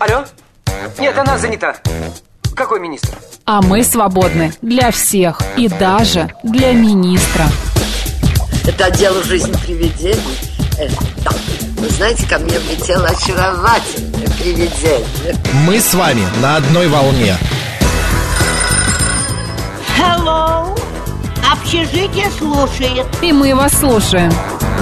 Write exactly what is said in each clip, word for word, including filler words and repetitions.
Алло? Нет, она занята. Какой министр? А мы свободны для всех и даже для министра. Это дело жизни привидений. э, да. Вы знаете, ко мне влетело очаровательное привидение. Мы с вами на одной волне. Hello. Общежитие слушает. И мы вас слушаем.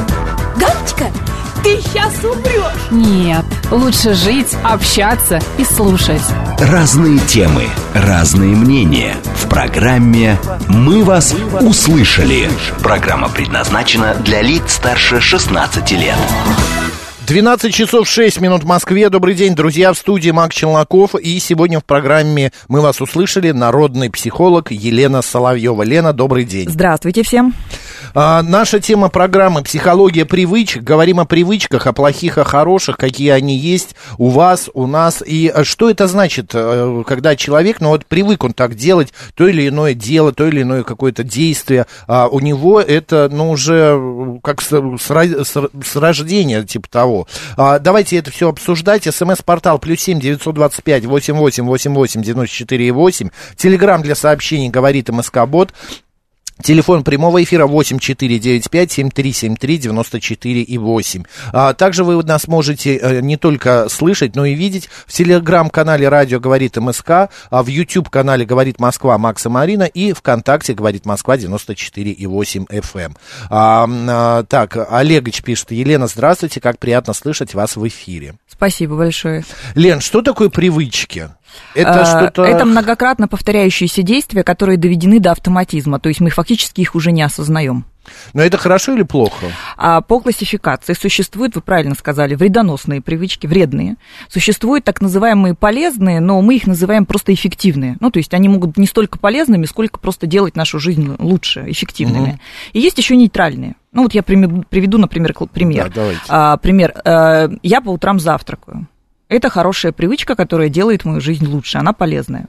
Галочка, ты сейчас умрешь. Нет, лучше жить, общаться и слушать. Разные темы, разные мнения. В программе «Мы вас услышали». Программа предназначена для лиц старше шестнадцати лет. двенадцать часов шесть минут в Москве. Добрый день, друзья, в студии Макс Челноков. И сегодня в программе «Мы вас услышали» народный психолог Елена Соловьева. Лена, добрый день. Здравствуйте всем. А, наша тема программы «Психология привычек». Говорим о привычках, о плохих, о хороших, какие они есть у вас, у нас. И что это значит, когда человек, ну вот привык он так делать, то или иное дело, то или иное какое-то действие, а у него это, ну, уже как с, с, с рождения, типа того. А, давайте это все обсуждать. СМС-портал плюс семь девятьсот двадцать пять восемьдесят восемь восемьдесят восемь девяносто четыре восемь. Телеграм для сообщений говорит МСК-бот. Телефон прямого эфира восемь четыре девять пять семь три семь три девяносто четыре восемь. А также вы нас можете не только слышать, но и видеть в телеграм-канале «Радио говорит МСК», а в YouTube-канале «Говорит Москва» Макса Марина и ВКонтакте «Говорит Москва» девяносто четыре восемь эф эм. А, а, так, Олегович пишет: Елена, здравствуйте, как приятно слышать вас в эфире. Спасибо большое. Лен, что такое привычки? Это, что-то... это многократно повторяющиеся действия, которые доведены до автоматизма, то есть мы фактически их уже не осознаем. Но это хорошо или плохо? А по классификации существуют, вы правильно сказали, вредоносные привычки, вредные. Существуют так называемые полезные, но мы их называем просто эффективные. Ну, то есть они могут быть не столько полезными, сколько просто делать нашу жизнь лучше, эффективными. Угу. И есть еще нейтральные. Ну, вот я приведу, например, пример. Да, а, пример. А, я по утрам завтракаю. Это хорошая привычка, которая делает мою жизнь лучше, она полезная.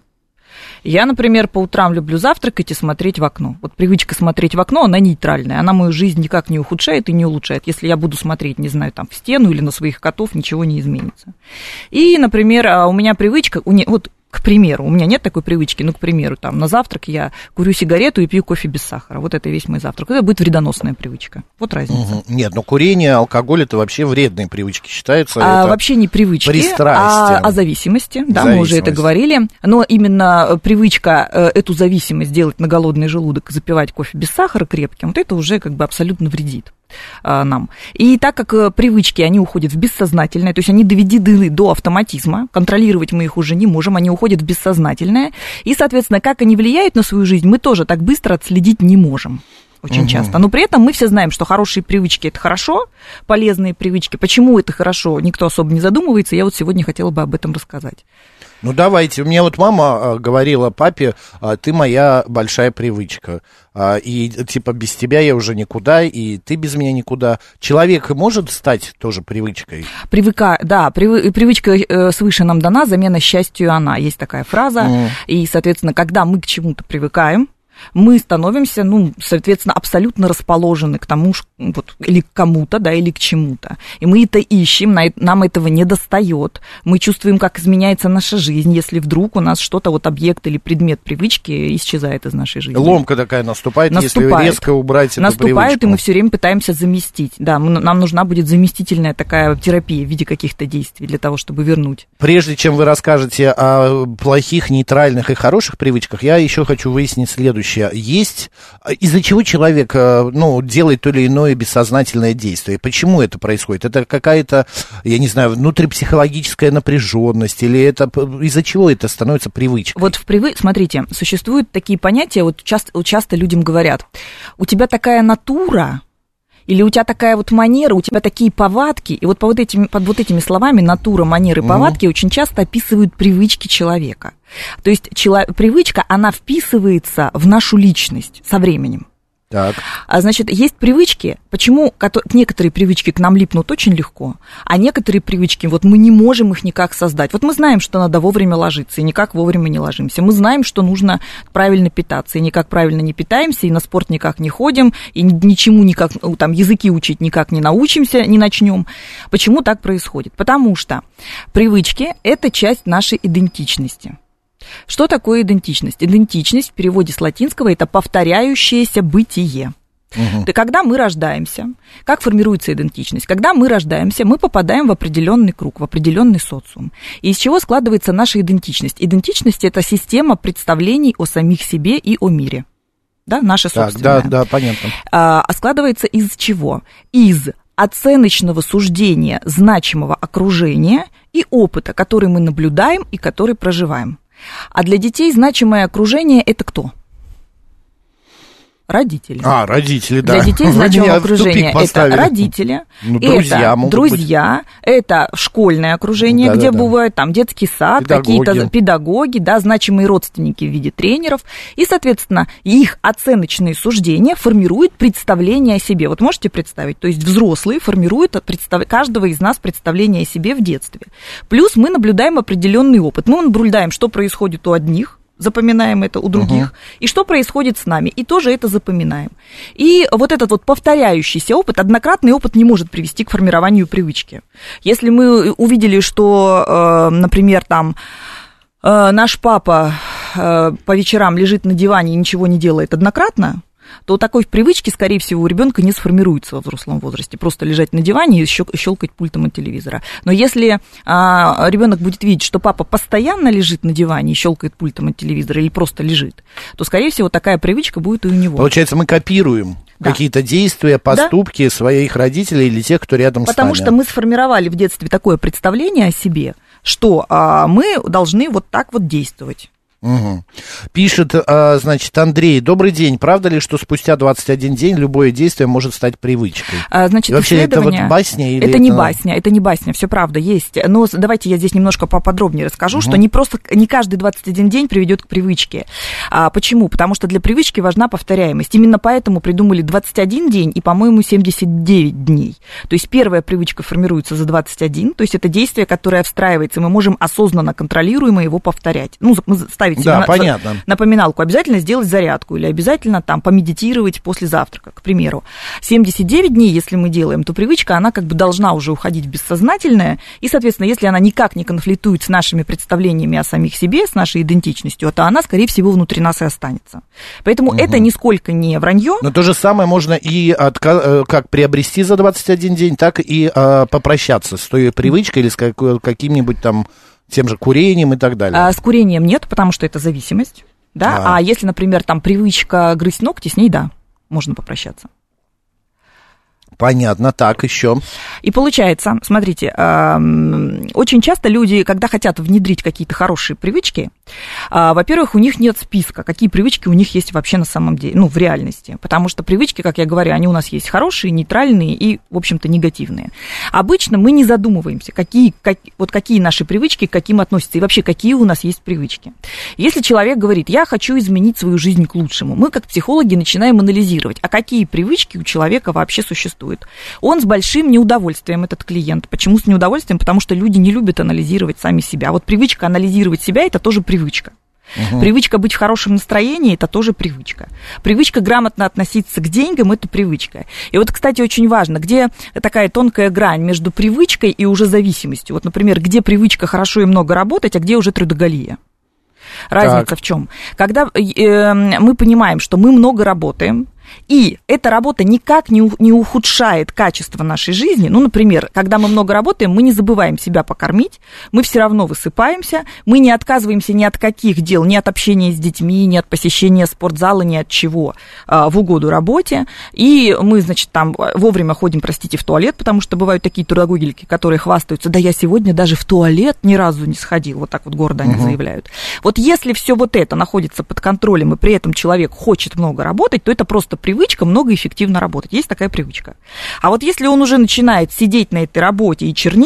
Я, например, по утрам люблю завтракать и смотреть в окно. Вот привычка смотреть в окно, она нейтральная, она мою жизнь никак не ухудшает и не улучшает. Если я буду смотреть, не знаю, там в стену или на своих котов, ничего не изменится. И, например, у меня привычка, вот, к примеру, у меня нет такой привычки, ну, к примеру, там, на завтрак я курю сигарету и пью кофе без сахара. Вот это весь мой завтрак. Это будет вредоносная привычка. Вот разница. Угу. Нет, ну, курение, алкоголь – это вообще вредные привычки считаются. А, это вообще не привычки, пристрастие. а о зависимости. Да, зависимость. Мы уже это говорили. Но именно привычка эту зависимость делать на голодный желудок, запивать кофе без сахара крепким, вот это уже как бы абсолютно вредит нам. И так как привычки, они уходят в бессознательное, то есть они доведены до автоматизма, контролировать мы их уже не можем, они уходят в бессознательное, и, соответственно, как они влияют на свою жизнь, мы тоже так быстро отследить не можем. Очень угу. часто. Но при этом мы все знаем, что хорошие привычки – это хорошо, полезные привычки. Почему это хорошо, никто особо не задумывается. Я вот сегодня хотела бы об этом рассказать. Ну, давайте. У меня вот мама говорила папе: ты моя большая привычка. И, типа, без тебя я уже никуда, и ты без меня никуда. Человек может стать тоже привычкой? Привыка, да, прив, привычка свыше нам дана, замена счастью она. Есть такая фраза. Mm. И, соответственно, когда мы к чему-то привыкаем, мы становимся, ну, соответственно, абсолютно расположены к тому, вот, или к кому-то, да, или к чему-то. И мы это ищем, нам этого не достает. Мы чувствуем, как изменяется наша жизнь, если вдруг у нас что-то, вот объект или предмет привычки исчезает из нашей жизни. Ломка такая наступает, наступает. Если резко убрать эту наступает, привычку. И мы все время пытаемся заместить. Да, мы, нам нужна будет заместительная такая терапия в виде каких-то действий для того, чтобы вернуть. Прежде чем вы расскажете о плохих, нейтральных и хороших привычках, я еще хочу выяснить следующее. Есть, из-за чего человек, ну, делает то или иное бессознательное действие? Почему это происходит? Это какая-то, я не знаю, внутрипсихологическая напряженность, или это из-за чего это становится привычкой? Вот в привы... смотрите, существуют такие понятия, вот часто, часто людям говорят: у тебя такая натура, или у тебя такая вот манера, у тебя такие повадки. И вот по вот этими, под вот этими словами натура, манеры, повадки mm-hmm. очень часто описывают привычки человека. То есть чело... привычка, она вписывается в нашу личность со временем. Так. А, значит, есть привычки, почему некоторые привычки к нам липнут очень легко, а некоторые привычки, вот мы не можем их никак создать. Вот мы знаем, что надо вовремя ложиться, и никак вовремя не ложимся. Мы знаем, что нужно правильно питаться, и никак правильно не питаемся, и на спорт никак не ходим, и ничему никак, там, языки учить никак не научимся, не начнем. Почему так происходит? Потому что привычки – это часть нашей идентичности. Что такое идентичность? Идентичность в переводе с латинского – это повторяющееся бытие. Угу. И когда мы рождаемся, как формируется идентичность? Когда мы рождаемся, мы попадаем в определенный круг, в определенный социум. И из чего складывается наша идентичность? Идентичность – это система представлений о самих себе и о мире. Да, наша собственная. Так, да, да, понятно. А, а складывается из чего? Из оценочного суждения значимого окружения и опыта, который мы наблюдаем и который проживаем. А для детей значимое окружение – это кто? Родители. А, родители, да. Для детей значимое окружение – это родители, ну, друзья, это друзья, быть. Это школьное окружение, да, где да, бывает там детский сад, педагоги. Какие-то педагоги, да, значимые родственники в виде тренеров. И, соответственно, их оценочные суждения формируют представление о себе. Вот можете представить? То есть взрослые формируют представ... каждого из нас представление о себе в детстве. Плюс мы наблюдаем определенный опыт. Мы наблюдаем, что происходит у одних, запоминаем это у других, uh-huh. и что происходит с нами, и тоже это запоминаем. И вот этот вот повторяющийся опыт, однократный опыт не может привести к формированию привычки. Если мы увидели, что, например, там наш папа по вечерам лежит на диване и ничего не делает однократно, то такой привычки, скорее всего, у ребенка не сформируется во взрослом возрасте. Просто лежать на диване и щелкать пультом от телевизора. Но если а, ребенок будет видеть, что папа постоянно лежит на диване и щелкает пультом от телевизора или просто лежит, то, скорее всего, такая привычка будет и у него. Получается, мы копируем да. какие-то действия, поступки да. своих родителей или тех, кто рядом Потому с нами. Потому что мы сформировали в детстве такое представление о себе, что а, мы должны вот так вот действовать. Угу. Пишет, значит, Андрей: добрый день. Правда ли, что спустя двадцать один день любое действие может стать привычкой? А, значит, и вообще, это вот басня? Или это, это не басня, это не басня, все правда, есть. Но давайте я здесь немножко поподробнее расскажу, угу. что не просто, не каждый двадцать один день приведет к привычке. А, почему? Потому что для привычки важна повторяемость. Именно поэтому придумали двадцать один день и, по-моему, семьдесят девять дней. То есть первая привычка формируется за двадцать один, то есть это действие, которое встраивается, и мы можем осознанно, контролируемо его повторять. Ну, мы ставим Да, на, понятно. напоминалку, обязательно сделать зарядку или обязательно там помедитировать после завтрака, к примеру. семьдесят девять дней, если мы делаем, то привычка, она как бы должна уже уходить в бессознательное, и, соответственно, если она никак не конфликтует с нашими представлениями о самих себе, с нашей идентичностью, то она, скорее всего, внутри нас и останется. Поэтому угу. это нисколько не вранье. Но то же самое можно и отка- как приобрести за двадцать один день, так и а, попрощаться с той привычкой или с каким-нибудь там тем же курением и так далее. А, с курением нет, потому что это зависимость, да, а. а если, например, там привычка грызть ногти, с ней, да, можно попрощаться. Понятно, так, еще. И получается, смотрите, очень часто люди, когда хотят внедрить какие-то хорошие привычки, во-первых, у них нет списка, какие привычки у них есть вообще на самом деле, ну, в реальности. Потому что привычки, как я говорю, они у нас есть хорошие, нейтральные и, в общем-то, негативные. Обычно мы не задумываемся, какие, как, вот какие наши привычки к каким относятся, и вообще, какие у нас есть привычки. Если человек говорит: я хочу изменить свою жизнь к лучшему, мы, как психологи, начинаем анализировать, а какие привычки у человека вообще существуют. Он с большим неудовольствием, этот клиент. Почему с неудовольствием? Потому что люди не любят анализировать сами себя. Вот привычка анализировать себя – это тоже привычка. Угу. Привычка быть в хорошем настроении – это тоже привычка. Привычка грамотно относиться к деньгам – это привычка. И вот, кстати, очень важно, где такая тонкая грань между привычкой и уже зависимостью. Вот, например, где привычка хорошо и много работать, а где уже трудоголия. Разница так. в чем? Когда э, мы понимаем, что мы много работаем, и эта работа никак не, не ухудшает качество нашей жизни. Ну, например, когда мы много работаем, мы не забываем себя покормить, мы все равно высыпаемся, мы не отказываемся ни от каких дел, ни от общения с детьми, ни от посещения спортзала, ни от чего в угоду работе. И мы, значит, там вовремя ходим, простите, в туалет, потому что бывают такие трудоголики, которые хвастаются: да я сегодня даже в туалет ни разу не сходил. Вот так вот гордо они угу. заявляют. Вот если все вот это находится под контролем, и при этом человек хочет много работать, то это просто привычка много эффективно работать. Есть такая привычка. А вот если он уже начинает сидеть на этой работе и чернеть,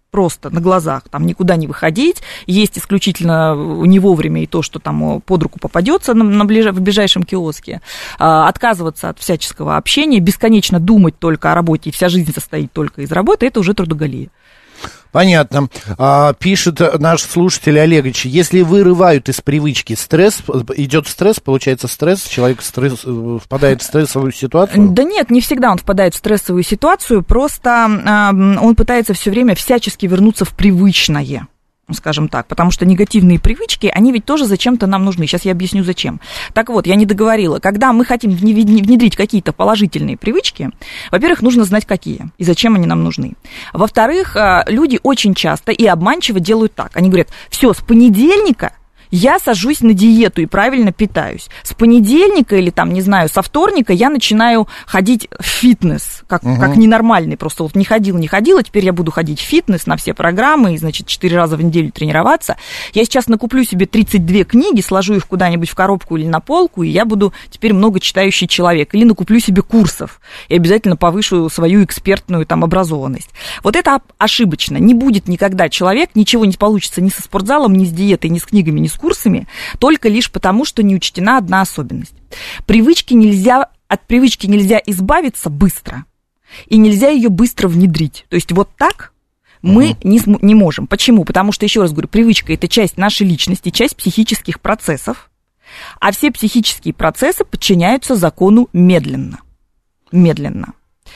просто на глазах, там никуда не выходить, есть исключительно не вовремя и то, что там под руку попадется на, на ближ... в ближайшем киоске, а, отказываться от всяческого общения, бесконечно думать только о работе, и вся жизнь состоит только из работы, это уже трудоголия. Понятно. А, пишет наш слушатель Олегович, если вырывают из привычки стресс, идет стресс, получается стресс, человек стресс, впадает в стрессовую ситуацию? Да нет, не всегда он впадает в стрессовую ситуацию, просто э, он пытается все время всячески вернуться в привычное, скажем так, потому что негативные привычки, они ведь тоже зачем-то нам нужны. Сейчас я объясню, зачем. Так вот, я не договорила. Когда мы хотим внедрить какие-то положительные привычки, во-первых, нужно знать, какие и зачем они нам нужны. Во-вторых, люди очень часто и обманчиво делают так. Они говорят, все, с понедельника я сажусь на диету и правильно питаюсь. С понедельника или, там, не знаю, со вторника я начинаю ходить в фитнес, как, угу. как ненормальный. Просто вот не ходил, не ходила, теперь я буду ходить в фитнес на все программы и, значит, четыре раза в неделю тренироваться. Я сейчас накуплю себе тридцать две книги, сложу их куда-нибудь в коробку или на полку, и я буду теперь много читающий человек. Или накуплю себе курсов и обязательно повышу свою экспертную там образованность. Вот это ошибочно. Не будет никогда человек, ничего не получится ни со спортзалом, ни с диетой, ни с книгами, ни с курсами, только лишь потому, что не учтена одна особенность. Привычки нельзя, от привычки нельзя избавиться быстро, и нельзя ее быстро внедрить. То есть вот так мы uh-huh. не, не можем. Почему? Потому что, еще раз говорю, привычка – это часть нашей личности, часть психических процессов, а все психические процессы подчиняются закону медленно. Медленно.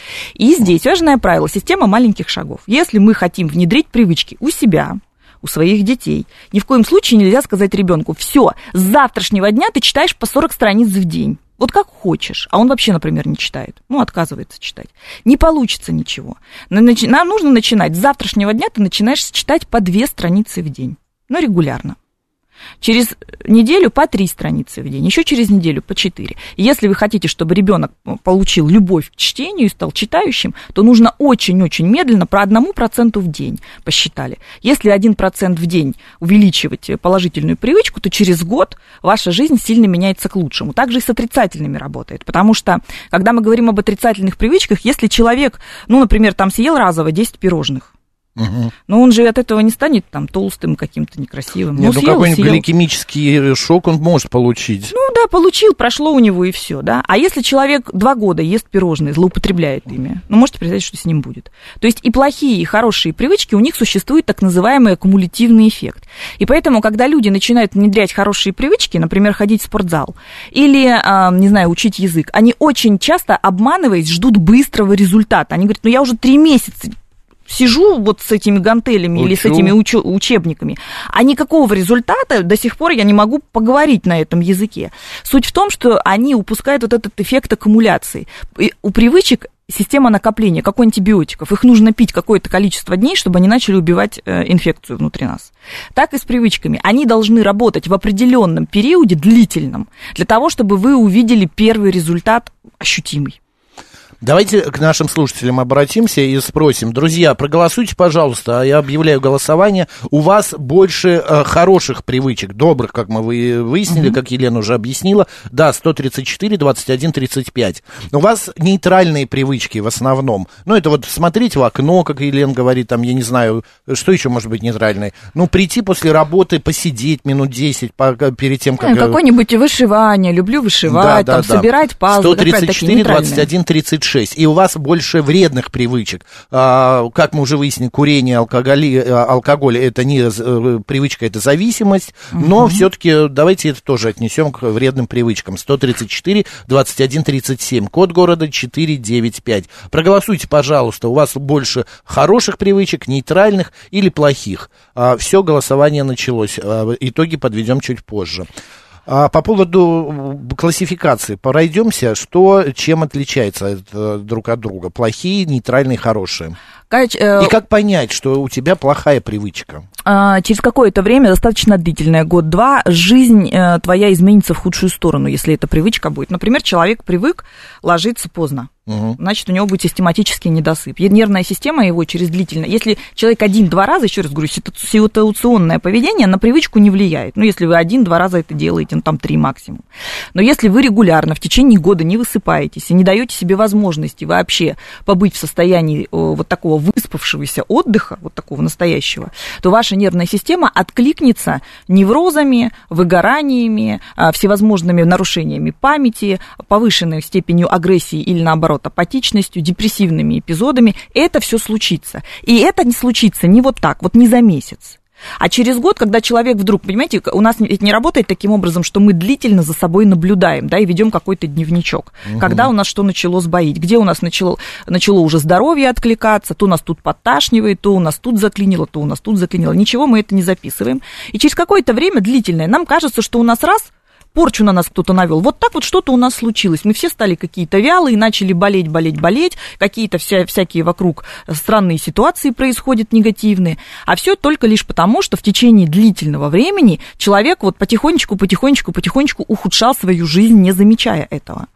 И здесь важное правило – система маленьких шагов. Если мы хотим внедрить привычки у себя, у своих детей, ни в коем случае нельзя сказать ребенку: все, с завтрашнего дня ты читаешь по сорок страниц в день. Вот как хочешь. А он вообще, например, не читает. Ну, отказывается читать. Не получится ничего. Нам нужно начинать. С завтрашнего дня ты начинаешь читать по две страницы в день. Но регулярно. Через неделю по три страницы в день, еще через неделю по четыре. Если вы хотите, чтобы ребенок получил любовь к чтению и стал читающим, то нужно очень-очень медленно, по одному проценту в день посчитали. Если один процент в день увеличивать положительную привычку, то через год ваша жизнь сильно меняется к лучшему. Также и с отрицательными работает, потому что, когда мы говорим об отрицательных привычках, если человек, ну, например, там съел разово десять пирожных, угу. но он же от этого не станет там толстым, каким-то некрасивым. Нет, ну, ну какой-нибудь гликемический шок он может получить. Ну да, получил, прошло у него и все, да. А если человек два года ест пирожные, злоупотребляет ими, ну можете представить, что с ним будет. То есть и плохие, и хорошие привычки, у них существует так называемый аккумулятивный эффект. И поэтому, когда люди начинают внедрять хорошие привычки, например, ходить в спортзал или, не знаю, учить язык, они очень часто, обманываясь, ждут быстрого результата. Они говорят, ну я уже три месяца сижу вот с этими гантелями Учу. или с этими уч- учебниками, а никакого результата до сих пор я не могу поговорить на этом языке. Суть в том, что они упускают вот этот эффект аккумуляции. И у привычек система накопления, как у антибиотиков. Их нужно пить какое-то количество дней, чтобы они начали убивать э, инфекцию внутри нас. Так и с привычками. Они должны работать в определенном периоде, длительном, для того, чтобы вы увидели первый результат ощутимый. Давайте к нашим слушателям обратимся и спросим. Друзья, проголосуйте, пожалуйста. Я объявляю голосование. У вас больше э, хороших привычек, добрых, как мы вы, выяснили, угу. как Елена уже объяснила. Да, сто тридцать четыре, двадцать один, тридцать пять. У вас нейтральные привычки в основном. Ну, это вот смотреть в окно, как Елена говорит, там, я не знаю, что еще может быть нейтральное. Ну, прийти после работы, посидеть минут десять по, перед тем, как... Какое-нибудь вышивание, люблю вышивать, да, там, да, собирать пазлы. сто тридцать четыре, двадцать один, тридцать шесть. И у вас больше вредных привычек. А, как мы уже выяснили, курение, алкоголь, алкоголь это не привычка, это зависимость. Угу. Но все-таки давайте это тоже отнесем к вредным привычкам. сто тридцать четыре, двадцать один, тридцать семь. Код города четыреста девяносто пять. Проголосуйте, пожалуйста. У вас больше хороших привычек, нейтральных или плохих. А, все, голосование началось. А, итоги подведем чуть позже. А по поводу классификации пройдемся, что чем отличается это друг от друга? Плохие, нейтральные, хорошие. Кать, э... И как понять, что у тебя плохая привычка? через какое-то время, достаточно длительное, год-два, жизнь твоя изменится в худшую сторону, если эта привычка будет. Например, человек привык ложиться поздно. Угу. Значит, у него будет систематический недосып. Нервная система его через длительное... Если человек один-два раза, еще раз говорю, ситуационное поведение на привычку не влияет. Ну, если вы один-два раза это делаете, ну, там три максимум. Но если вы регулярно в течение года не высыпаетесь и не даете себе возможности вообще побыть в состоянии вот такого выспавшегося отдыха, вот такого настоящего, то ваша нервная система откликнется неврозами, выгораниями, всевозможными нарушениями памяти, повышенной степенью агрессии или, наоборот, апатичностью, депрессивными эпизодами. Это все случится. И это не случится не вот так, вот не за месяц. А через год, когда человек вдруг, понимаете, у нас ведь не работает таким образом, что мы длительно за собой наблюдаем, да, и ведем какой-то дневничок. Угу. Когда у нас что начало сбоить, где у нас начало, начало уже здоровье откликаться, то у нас тут подташнивает, то у нас тут заклинило, то у нас тут заклинило. Ничего мы это не записываем. И через какое-то время длительное нам кажется, что у нас раз... порчу на нас кто-то навел. Вот так вот что-то у нас случилось. Мы все стали какие-то вялые, начали болеть, болеть, болеть. Какие-то вся, всякие вокруг странные ситуации происходят негативные. А все только лишь потому, что в течение длительного времени человек вот потихонечку, потихонечку, потихонечку ухудшал свою жизнь, не замечая этого.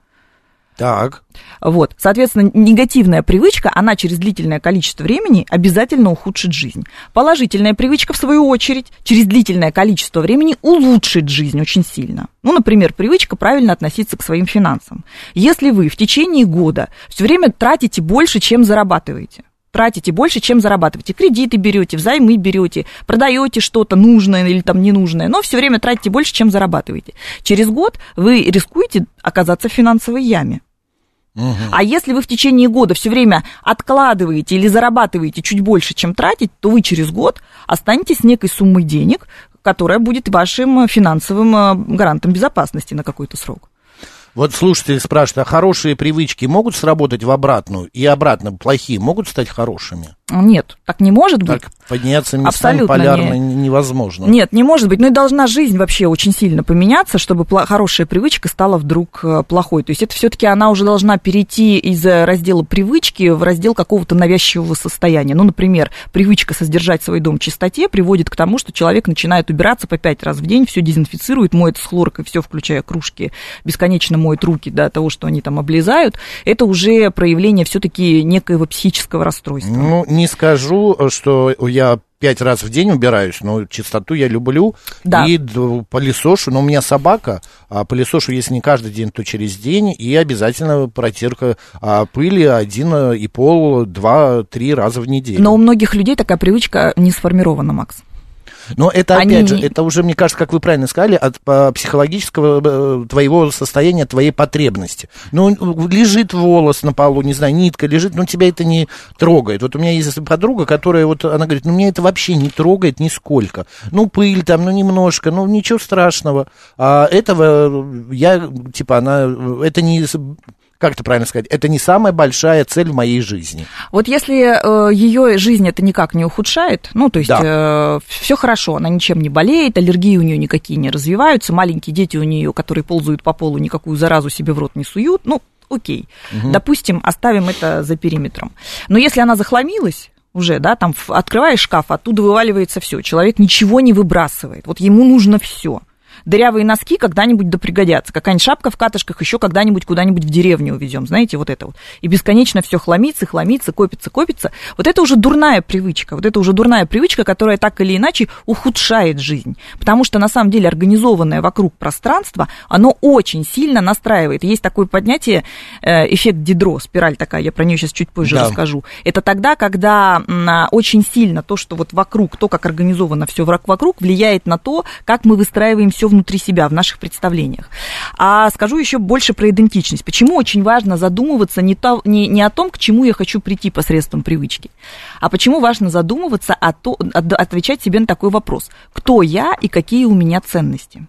Так. Вот, соответственно, негативная привычка, она через длительное количество времени обязательно ухудшит жизнь. Положительная привычка, в свою очередь, через длительное количество времени улучшит жизнь очень сильно. Ну, например, привычка правильно относиться к своим финансам. Если вы в течение года все время тратите больше, чем зарабатываете, тратите больше, чем зарабатываете, кредиты берете, взаймы берете, продаете что-то нужное или там ненужное, но все время тратите больше, чем зарабатываете, через год вы рискуете оказаться в финансовой яме. Угу. А если вы в течение года все время откладываете или зарабатываете чуть больше, чем тратите, то вы через год останетесь с некой суммой денег, которая будет вашим финансовым гарантом безопасности на какой-то срок. Вот слушатели спрашивают, а хорошие привычки могут сработать в обратную? И обратно плохие могут стать хорошими? Нет, так не может быть. Так подняться местами полярно не. невозможно. Нет, не может быть. Ну и должна жизнь вообще очень сильно поменяться, чтобы хорошая привычка стала вдруг плохой. То есть это все-таки она уже должна перейти из раздела привычки в раздел какого-то навязчивого состояния. Ну, например, привычка содержать свой дом в чистоте приводит к тому, что человек начинает убираться по пять раз в день, все дезинфицирует, моет с хлоркой, все, включая кружки, бесконечно моет руки до того, что они там облизают. Это уже проявление все-таки некоего психического расстройства. Ну, не скажу, что я пять раз в день убираюсь, но чистоту я люблю, да. И пылесошу, но у меня собака, а пылесошу, если не каждый день, то через день, и обязательно протирка пыли один и пол, два, три раза в неделю. Но у многих людей такая привычка не сформирована, Макс. Но это, опять Они... же, это уже, мне кажется, как вы правильно сказали, от психологического твоего состояния, твоей потребности. Ну, лежит волос на полу, не знаю, нитка лежит, но тебя это не трогает. Вот у меня есть подруга, которая вот, она говорит, ну, меня это вообще не трогает нисколько. Ну, пыль там, ну, немножко, ну, ничего страшного. А этого я, типа, она, это не... Как это правильно сказать? Это не самая большая цель в моей жизни. Вот если э, ее жизнь это никак не ухудшает, ну, то есть да. э, все хорошо, она ничем не болеет, аллергии у нее никакие не развиваются, маленькие дети у нее, которые ползают по полу, никакую заразу себе в рот не суют, ну, окей. Угу. Допустим, оставим это за периметром. Но если она захламилась, уже, да, там открываешь шкаф, оттуда вываливается все, человек ничего не выбрасывает, вот ему нужно все. Дырявые носки когда-нибудь да пригодятся. Какая-нибудь шапка в катышках еще когда-нибудь куда-нибудь в деревню увезем. Знаете, вот это вот. И бесконечно все хламится, хламится, копится, копится. Вот это уже дурная привычка. Вот это уже дурная привычка, которая так или иначе ухудшает жизнь. Потому что, на самом деле, организованное вокруг пространство, оно очень сильно настраивает. Есть такое поднятие, эффект Дидро, спираль такая, я про нее сейчас чуть позже да. расскажу. Это тогда, когда очень сильно то, что вот вокруг, то, как организовано все вокруг, влияет на то, как мы выстраиваем все внутри себя, в наших представлениях. А скажу еще больше про идентичность. Почему очень важно задумываться не, то, не, не о том, к чему я хочу прийти посредством привычки, а почему важно задумываться, о то, отвечать себе на такой вопрос. Кто я и какие у меня ценности?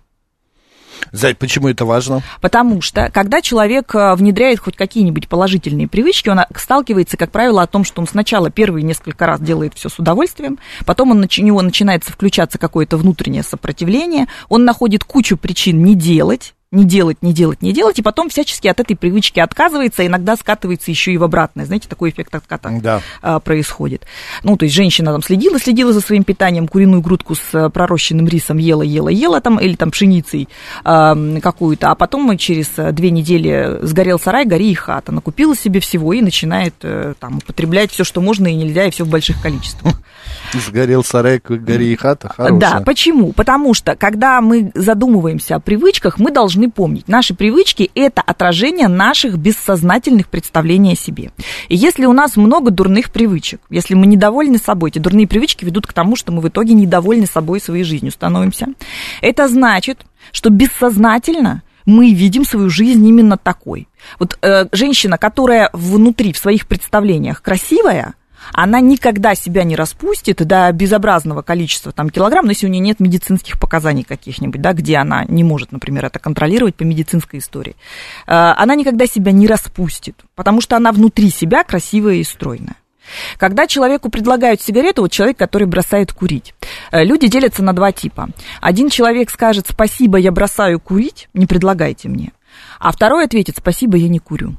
Зай, почему это важно? Потому что, когда человек внедряет хоть какие-нибудь положительные привычки, он сталкивается, как правило, о том, что он сначала первые несколько раз делает все с удовольствием, потом он, у него начинается включаться какое-то внутреннее сопротивление, он находит кучу причин не делать, не делать, не делать, не делать, и потом всячески от этой привычки отказывается, иногда скатывается еще и в обратное. Знаете, такой эффект отката да. а, происходит. Ну, то есть женщина там следила, следила за своим питанием, куриную грудку с пророщенным рисом ела, ела, ела, там, или там пшеницей а, какую-то, а потом через две недели сгорел сарай, гори и хата. Накупила себе всего и начинает там употреблять все, что можно и нельзя, и все в больших количествах. Сгорел сарай, гори и хата, хорошая. Да, почему? Потому что, когда мы задумываемся о привычках, мы должны помнить, наши привычки – это отражение наших бессознательных представлений о себе. И если у нас много дурных привычек, если мы недовольны собой, эти дурные привычки ведут к тому, что мы в итоге недовольны собой и своей жизнью становимся. Это значит, что бессознательно мы видим свою жизнь именно такой. Вот э, женщина, которая внутри, в своих представлениях красивая, она никогда себя не распустит до безобразного количества там, килограмм, но если у нее нет медицинских показаний каких-нибудь, да, где она не может, например, это контролировать по медицинской истории, она никогда себя не распустит, потому что она внутри себя красивая и стройная. Когда человеку предлагают сигарету, вот человек, который бросает курить, люди делятся на два типа. Один человек скажет: спасибо, я бросаю курить, не предлагайте мне. А второй ответит: спасибо, я не курю.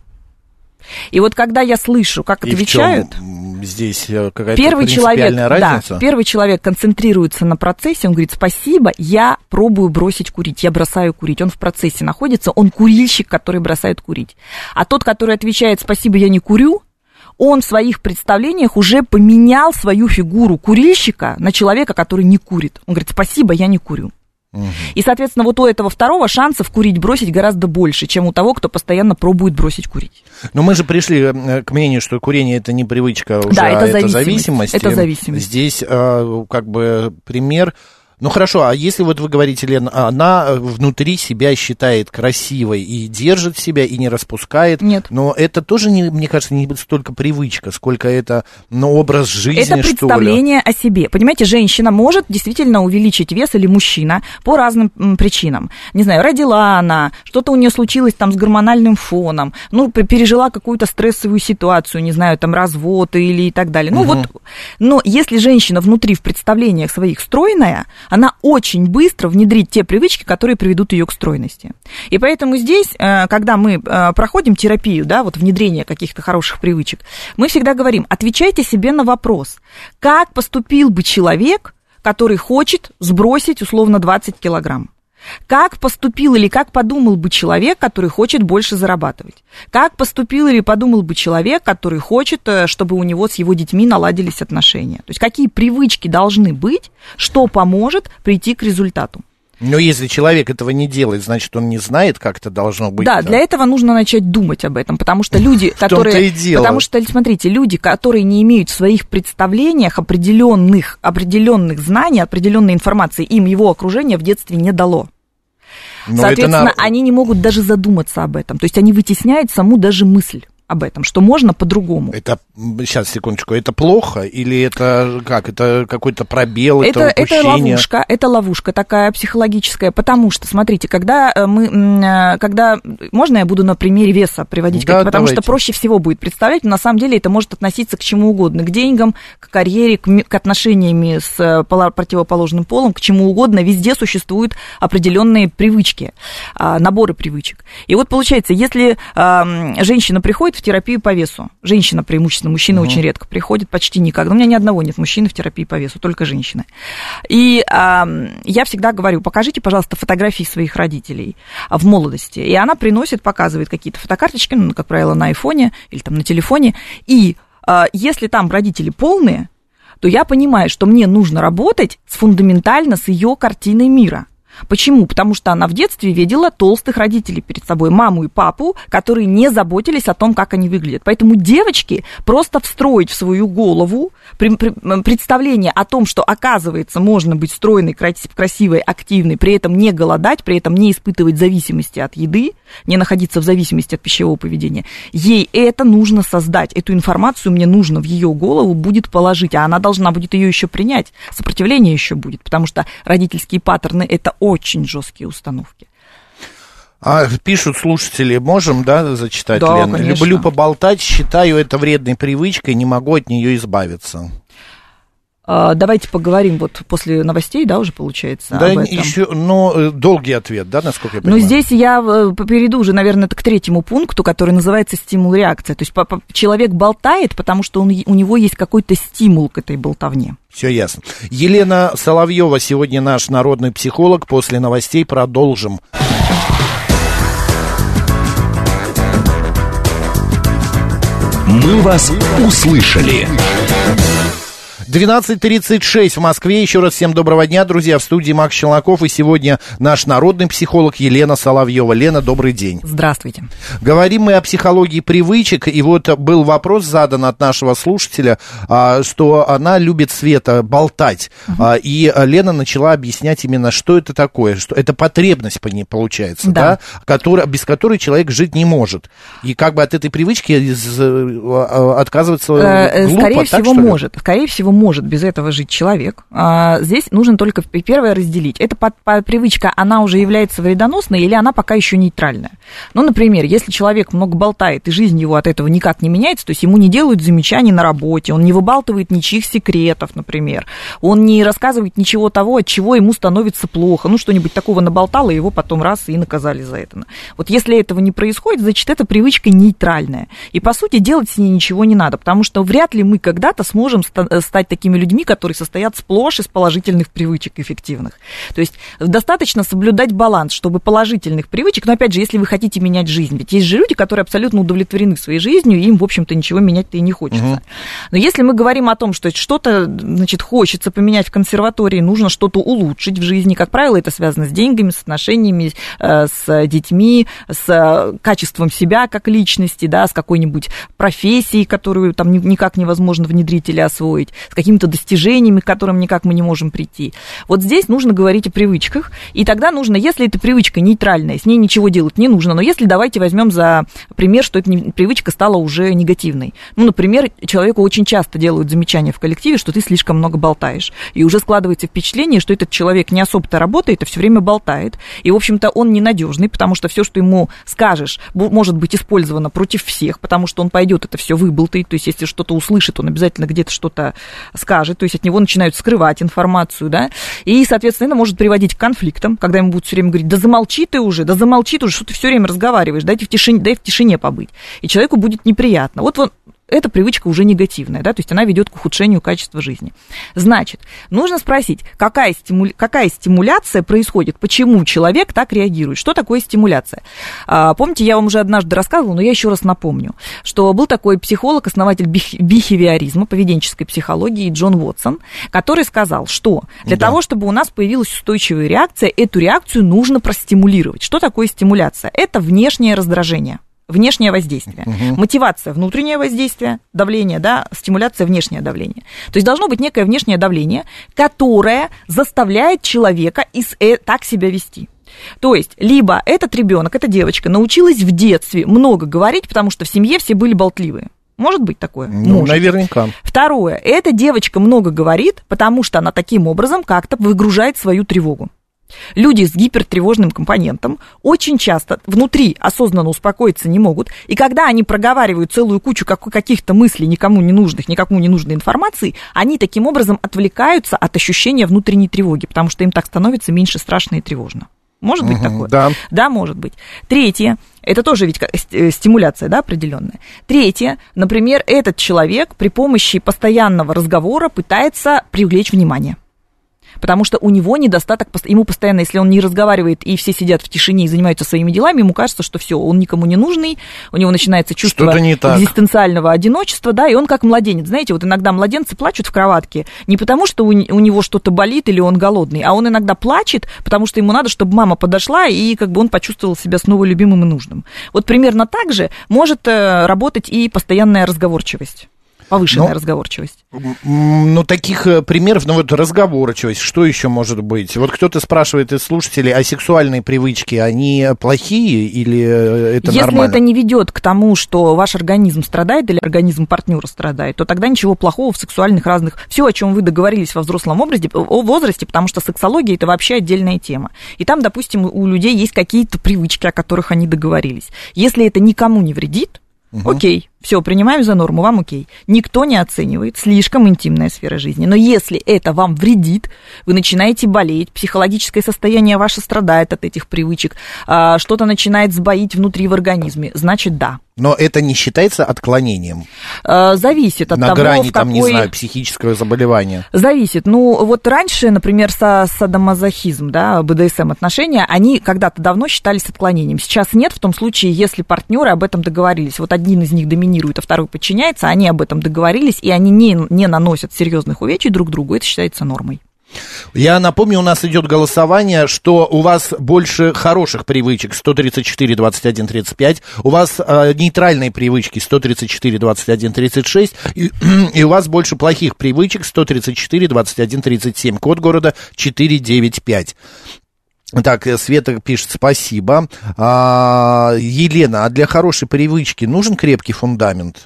И вот когда я слышу, как и отвечают, в чем здесь какая-то первый принципиальная человек, разница? Да, первый человек концентрируется на процессе, он говорит: спасибо, я пробую бросить курить, я бросаю курить. Он в процессе находится, он курильщик, который бросает курить. А тот, который отвечает: спасибо, я не курю, он в своих представлениях уже поменял свою фигуру курильщика на человека, который не курит. Он говорит: спасибо, я не курю. Угу. И, соответственно, вот у этого второго шансов курить бросить гораздо больше, чем у того, кто постоянно пробует бросить курить. Но мы же пришли к мнению, что курение – это не привычка уже, да, это а зависимость. это зависимость. Это зависимость. Здесь как бы пример. Ну, хорошо, а если вот вы говорите, Лен, она внутри себя считает красивой и держит себя, и не распускает. Нет. Но это тоже, не, мне кажется, не столько привычка, сколько это, ну, образ жизни, что ли. Это представление о себе. Понимаете, женщина может действительно увеличить вес, или мужчина, по разным причинам. Не знаю, родила она, что-то у нее случилось там с гормональным фоном, ну, пережила какую-то стрессовую ситуацию, не знаю, там, развод или и так далее. Ну, угу. вот, но если женщина внутри в представлениях своих стройная, она очень быстро внедрит те привычки, которые приведут ее к стройности. И поэтому здесь, когда мы проходим терапию, да, вот внедрение каких-то хороших привычек, мы всегда говорим: отвечайте себе на вопрос, как поступил бы человек, который хочет сбросить условно двадцать килограмм. Как поступил или как подумал бы человек, который хочет больше зарабатывать? Как поступил или подумал бы человек, который хочет, чтобы у него с его детьми наладились отношения? То есть какие привычки должны быть, что поможет прийти к результату? Но если человек этого не делает, значит, он не знает, как это должно быть. Да, для этого нужно начать думать об этом, потому что люди, которые... Потому что, смотрите, люди, которые не имеют в своих представлениях определенных, определенных знаний, определенной информации, им его окружение в детстве не дало. Но соответственно, на... они не могут даже задуматься об этом. То есть они вытесняют саму даже мысль об этом, что можно по-другому. Это, сейчас, секундочку, это плохо или это как? Это какой-то пробел, это, это упущение? Это ловушка, это ловушка такая психологическая, потому что, смотрите, когда мы, когда, можно я буду на примере веса приводить, да, потому давайте. Что проще всего будет представлять, но на самом деле это может относиться к чему угодно, к деньгам, к карьере, к, к отношениям с противоположным полом, к чему угодно, везде существуют определенные привычки, наборы привычек. И вот получается, если женщина приходит в терапию по весу. Женщина преимущественно, мужчина uh-huh. очень редко приходит, почти никогда. У меня ни одного нет мужчины в терапии по весу, только женщины. И а, я всегда говорю: покажите, пожалуйста, фотографии своих родителей в молодости. И она приносит, показывает какие-то фотокарточки, ну, как правило, на айфоне или там на телефоне. И а, если там родители полные, то я понимаю, что мне нужно работать с фундаментально с ее картиной мира. Почему? Потому что она в детстве видела толстых родителей перед собой, маму и папу, которые не заботились о том, как они выглядят. Поэтому девочки просто встроить в свою голову представление о том, что, оказывается, можно быть стройной, красивой, активной, при этом не голодать, при этом не испытывать зависимости от еды, не находиться в зависимости от пищевого поведения. Ей это нужно создать. Эту информацию мне нужно в ее голову будет положить, а она должна будет ее еще принять. Сопротивление еще будет, потому что родительские паттерны – это очень жесткие установки. А пишут слушатели, можем, да, зачитать, да, Лен? Конечно. Люблю поболтать, считаю это вредной привычкой, не могу от нее избавиться. Давайте поговорим вот после новостей, да, уже получается. Да, еще, но долгий ответ, да, насколько я понимаю. Ну, здесь я перейду уже, наверное, к третьему пункту, который называется стимул-реакция. То есть человек болтает, потому что он, у него есть какой-то стимул к этой болтовне. Все ясно. Елена Соловьева сегодня наш народный психолог. После новостей продолжим. Мы вас услышали. двенадцать тридцать шесть в Москве. Еще раз всем доброго дня, друзья. В студии Макс Челноков. И сегодня наш народный психолог Елена Соловьева. Лена, добрый день. Здравствуйте. Говорим мы о психологии привычек. И вот был вопрос задан от нашего слушателя, что она любит, Света, болтать. Угу. И Лена начала объяснять именно, что это такое. Что это потребность, получается, да. Да? Которая, без которой человек жить не может. И как бы от этой привычки отказываться э, глупо. Скорее так, всего, может. Скорее всего, может без этого жить человек. Здесь нужно только первое разделить. Эта привычка, она уже является вредоносной или она пока еще нейтральная? Ну, например, если человек много болтает, и жизнь его от этого никак не меняется, то есть ему не делают замечаний на работе, он не выбалтывает ничьих секретов, например, он не рассказывает ничего того, от чего ему становится плохо, ну, что-нибудь такого наболтало, его потом раз и наказали за это. Вот если этого не происходит, значит, эта привычка нейтральная. И, по сути, делать с ней ничего не надо, потому что вряд ли мы когда-то сможем стать такими людьми, которые состоят сплошь из положительных привычек эффективных. То есть достаточно соблюдать баланс, чтобы положительных привычек, но опять же, если вы хотите менять жизнь, ведь есть же люди, которые абсолютно удовлетворены своей жизнью, и им, в общем-то, ничего менять-то и не хочется. Угу. Но если мы говорим о том, что что-то, значит, хочется поменять в консерватории, нужно что-то улучшить в жизни, как правило, это связано с деньгами, с отношениями, с детьми, с качеством себя как личности, да, с какой-нибудь профессией, которую там никак невозможно внедрить или освоить, с какими-то достижениями, к которым никак мы не можем прийти. Вот здесь нужно говорить о привычках, и тогда нужно, если эта привычка нейтральная, с ней ничего делать не нужно, но если давайте возьмем за пример, что эта привычка стала уже негативной. Ну, например, человеку очень часто делают замечания в коллективе, что ты слишком много болтаешь, и уже складывается впечатление, что этот человек не особо-то работает, а все время болтает, и, в общем-то, он ненадежный, потому что все, что ему скажешь, может быть использовано против всех, потому что он пойдет это все выболтает, то есть если что-то услышит, он обязательно где-то что-то скажет, то есть от него начинают скрывать информацию, да, и, соответственно, это может приводить к конфликтам, когда ему будут все время говорить, да замолчи ты уже, да замолчи ты уже, что ты все время разговариваешь, дайте в тишине, дай в тишине побыть, и человеку будет неприятно. Вот, вот эта привычка уже негативная, да, то есть она ведет к ухудшению качества жизни. Значит, нужно спросить, какая, стимуля... какая стимуляция происходит, почему человек так реагирует, что такое стимуляция. А, помните, я вам уже однажды рассказывала, но я еще раз напомню, что был такой психолог, основатель бихевиоризма, поведенческой психологии Джон Уотсон, который сказал, что для да. того, чтобы у нас появилась устойчивая реакция, эту реакцию нужно простимулировать. Что такое стимуляция? Это внешнее раздражение. Внешнее воздействие. Угу. Мотивация, внутреннее воздействие, давление, да, стимуляция, внешнее давление. То есть должно быть некое внешнее давление, которое заставляет человека из, э, так себя вести. То есть либо этот ребенок, эта девочка научилась в детстве много говорить, потому что в семье все были болтливые. Может быть такое? Ну, может. Наверняка. Второе. Эта девочка много говорит, потому что она таким образом как-то выгружает свою тревогу. Люди с гипертревожным компонентом очень часто внутри осознанно успокоиться не могут, и когда они проговаривают целую кучу каких-то мыслей, никому не нужных, никому не нужной информации, они таким образом отвлекаются от ощущения внутренней тревоги, потому что им так становится меньше страшно и тревожно. Может быть угу, такое? Да. Да, может быть. Третье, это тоже ведь стимуляция, да, определенная. Третье, например, этот человек при помощи постоянного разговора пытается привлечь внимание. Потому что у него недостаток, ему постоянно, если он не разговаривает, и все сидят в тишине и занимаются своими делами, ему кажется, что все, он никому не нужный, у него начинается чувство экзистенциального одиночества, да, и он как младенец. Знаете, вот иногда младенцы плачут в кроватке не потому, что у него что-то болит или он голодный, а он иногда плачет, потому что ему надо, чтобы мама подошла, и как бы он почувствовал себя снова любимым и нужным. Вот примерно так же может работать и постоянная разговорчивость. Повышенная ну, разговорчивость. Ну, таких примеров, ну, вот разговорчивость, что еще может быть? Вот кто-то спрашивает из слушателей, а сексуальные привычки, они плохие или это Если нормально? Если это не ведет к тому, что ваш организм страдает или организм партнера страдает, то тогда ничего плохого в сексуальных разных... Все, о чем вы договорились во взрослом возрасте, возрасте, потому что сексология – это вообще отдельная тема. И там, допустим, у людей есть какие-то привычки, о которых они договорились. Если это никому не вредит, угу. окей. Все, принимаем за норму, вам окей. Никто не оценивает, слишком интимная сфера жизни. Но если это вам вредит, вы начинаете болеть, психологическое состояние ваше страдает от этих привычек, что-то начинает сбоить внутри в организме, значит, да. Но это не считается отклонением? Зависит от На того, грани, в там, какой... не знаю, психического заболевания. Зависит. Ну, вот раньше, например, со садомазохизм, да, бэ дэ эс эм отношения, они когда-то давно считались отклонением. Сейчас нет, в том случае, если партнеры об этом договорились. Вот один из них доминирует, а второй подчиняется, они об этом договорились, и они не, не наносят серьезных увечий друг другу, это считается нормой. Я напомню, у нас идет голосование, что у вас больше хороших привычек, сто тридцать четыре, двадцать один, тридцать пять, у вас э, нейтральные привычки, сто тридцать четыре, двадцать один, тридцать шесть, и, и у вас больше плохих привычек, сто тридцать четыре, двадцать один, тридцать семь, код города четыреста девяносто пять. Так, Света пишет, спасибо. А, Елена, а для хорошей привычки нужен крепкий фундамент?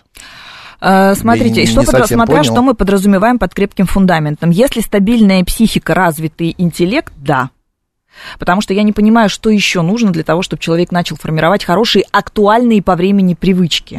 Смотрите, не, что не под, смотря понял. что мы подразумеваем под крепким фундаментом. Если стабильная психика, развитый интеллект, да. Потому что я не понимаю, что еще нужно для того, чтобы человек начал формировать хорошие, актуальные по времени привычки.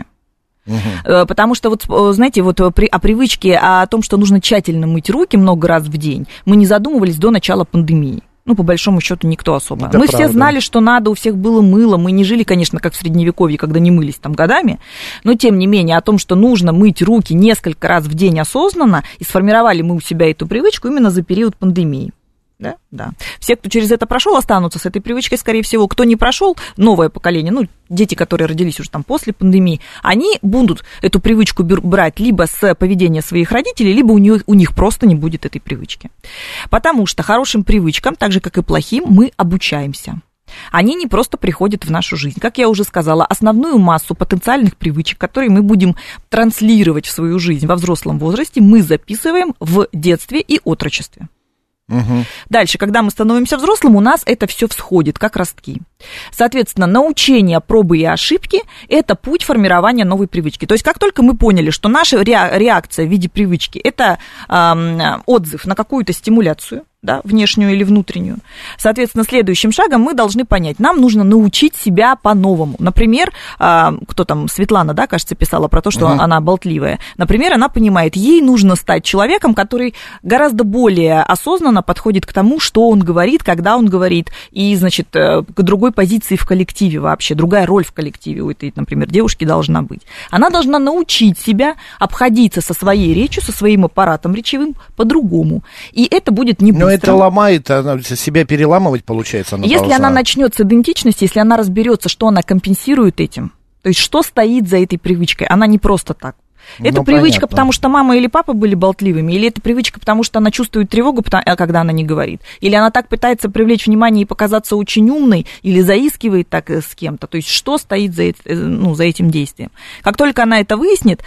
Угу. Потому что, вот, знаете, вот при, о привычке, о том, что нужно тщательно мыть руки много раз в день, мы не задумывались до начала пандемии. Ну, по большому счету, никто особо. Это мы правда. Все знали, что надо, у всех было мыло. Мы не жили, конечно, как в Средневековье, когда не мылись там годами. Но, тем не менее, о том, что нужно мыть руки несколько раз в день осознанно, и сформировали мы у себя эту привычку именно за период пандемии. Да? Да. Все, кто через это прошел, останутся с этой привычкой, скорее всего. Кто не прошел, новое поколение, ну, дети, которые родились уже там после пандемии, они будут эту привычку брать либо с поведения своих родителей, либо у них, у них просто не будет этой привычки. Потому что хорошим привычкам, так же, как и плохим, мы обучаемся. Они не просто приходят в нашу жизнь. Как я уже сказала, основную массу потенциальных привычек, которые мы будем транслировать в свою жизнь во взрослом возрасте, мы записываем в детстве и отрочестве. Угу. Дальше, когда мы становимся взрослым, у нас это все всходит, как ростки. Соответственно, научение, пробы и ошибки – это путь формирования новой привычки. То есть, как только мы поняли, что наша реакция в виде привычки – это э, отзыв на какую-то стимуляцию, да, внешнюю или внутреннюю. Соответственно, следующим шагом мы должны понять, нам нужно научить себя по-новому. Например, кто там, Светлана, да, кажется, писала про то, что uh-huh. она болтливая. Например, она понимает, ей нужно стать человеком, который гораздо более осознанно подходит к тому, что он говорит, когда он говорит, и, значит, к другой позиции в коллективе вообще, другая роль в коллективе у этой, например, девушки должна быть. Она должна научить себя обходиться со своей речью, со своим аппаратом речевым по-другому. И это будет не быстро. Это ломает, она себя переламывать, получается, она Если должна. она начнет с идентичности, если она разберется, что она компенсирует этим, то есть что стоит за этой привычкой, она не просто так. Это ну, привычка, понятно. Потому что мама или папа были болтливыми, или это привычка, потому что она чувствует тревогу, когда она не говорит, или она так пытается привлечь внимание и показаться очень умной, или заискивает так с кем-то. То есть что стоит за, ну, за этим действием. Как только она это выяснит,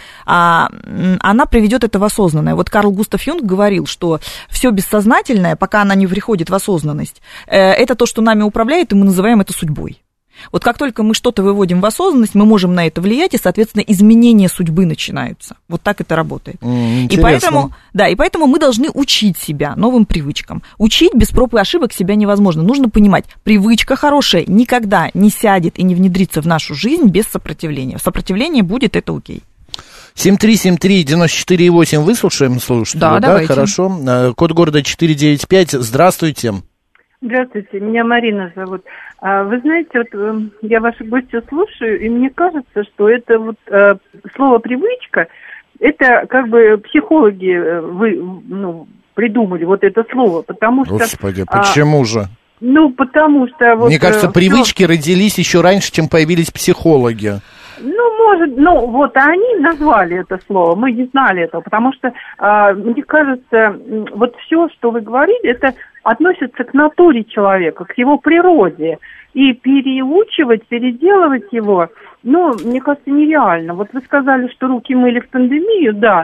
она приведет это в осознанное. Вот Карл Густав Юнг говорил, что все бессознательное, пока она не приходит в осознанность, это то, что нами управляет, и мы называем это судьбой. Вот как только мы что-то выводим в осознанность, мы можем на это влиять, и, соответственно, изменения судьбы начинаются. Вот так это работает. Интересно. И поэтому, да, и поэтому мы должны учить себя новым привычкам. Учить без проб и ошибок себя невозможно. Нужно понимать, привычка хорошая никогда не сядет и не внедрится в нашу жизнь без сопротивления. Сопротивление будет, это окей. семь три семь три девять четыре восемь выслушаем, слушайте. Да, да, давайте. Хорошо. Код города четыреста девяносто пять. Здравствуйте. Здравствуйте, меня Марина зовут. Вы знаете, вот я ваши гости слушаю, и мне кажется, что это вот слово «привычка», это как бы психологи вы, ну, придумали вот это слово, потому что... Господи, почему а, же? Ну, потому что... Вот, мне кажется, привычки ну, родились еще раньше, чем появились психологи. Ну, может, ну, вот они назвали это слово, мы не знали этого, потому что, э, мне кажется, вот все, что вы говорили, это относится к натуре человека, к его природе, и переучивать, переделывать его, ну, мне кажется, нереально. Вот вы сказали, что руки мыли в пандемию, да,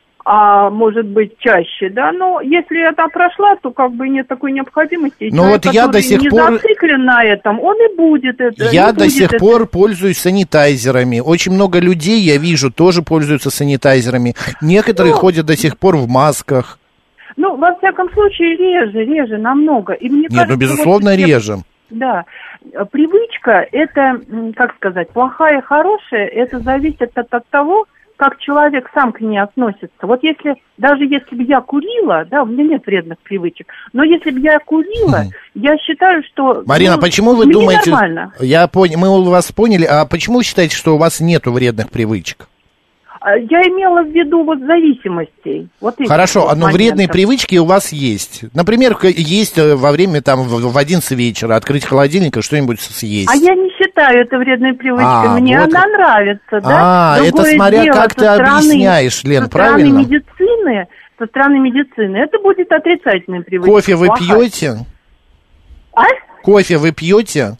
а может быть чаще, да, но если это прошла, то как бы нет такой необходимости. Ну вот я до сих не пор... не зациклен на этом, он и будет это. Я до будет сих это. пор пользуюсь санитайзерами. Очень много людей, я вижу, тоже пользуются санитайзерами. Некоторые ну, ходят до сих пор в масках. Ну, во всяком случае, реже, реже, намного. И мне Нет, кажется, ну, безусловно, вот, реже. Да. Привычка, это, как сказать, плохая, хорошая, это зависит от, от того, как человек сам к ней относится. Вот если, даже если бы я курила, да, у меня нет вредных привычек, но если бы я курила, mm. я считаю, что... Марина, ну, почему вы думаете... Нормально. Я понял, мы вас поняли, а почему вы считаете, что у вас нету вредных привычек? Я имела в виду вот зависимостей. Вот Хорошо, вот но моментов. Вредные привычки у вас есть. Например, есть во время, там, в одиннадцать вечера открыть холодильник и что-нибудь съесть. А я не считаю это вредной привычкой. А, Мне вот... она нравится, да? А, Другое это смотря дело, как ты стороны, объясняешь, Лен, правильно? Со стороны медицины, со стороны медицины, это будет отрицательная привычка. Кофе вы плохая. Пьете? А? Кофе вы пьете?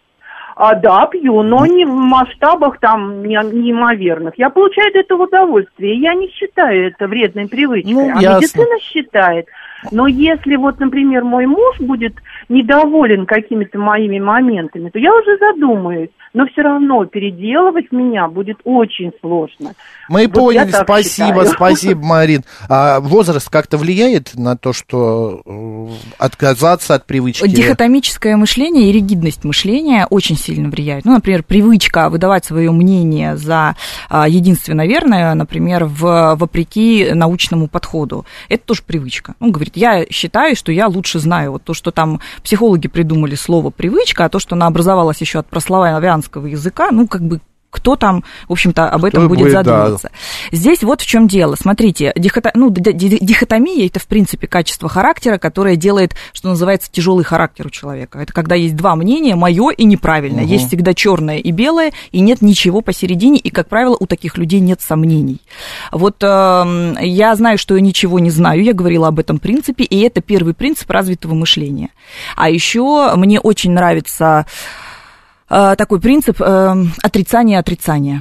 А, да, пью, но не в масштабах там неимоверных. Я получаю от этого удовольствие. Я не считаю это вредной привычкой. Ну, а ясно. Медицина считает. Но если вот, например, мой муж будет недоволен какими-то моими моментами, то я уже задумаюсь. Но все равно переделывать меня будет очень сложно. Мы вот поняли, спасибо, считаю. Спасибо, Марин. А возраст как-то влияет на то, что отказаться от привычки? Дихотомическое мышление и ригидность мышления очень сильно влияют. Ну, например, привычка выдавать свое мнение за единственно верное, например, в, вопреки научному подходу. Это тоже привычка. Он говорит, я считаю, что я лучше знаю. Вот то, что там психологи придумали слово «привычка», а то, что она образовалась еще от прославянского языка, ну, как бы, кто там, в общем-то, об этом будет, будет задумываться. Да. Здесь вот в чем дело. Смотрите, дихото... ну, дихотомия – это, в принципе, качество характера, которое делает, что называется, тяжелый характер у человека. Это когда есть два мнения, мое и неправильное. Угу. Есть всегда черное и белое, и нет ничего посередине, и, как правило, у таких людей нет сомнений. Вот э, я знаю, что я ничего не знаю, я говорила об этом принципе, и это первый принцип развитого мышления. А еще мне очень нравится... такой принцип э, отрицания-отрицания.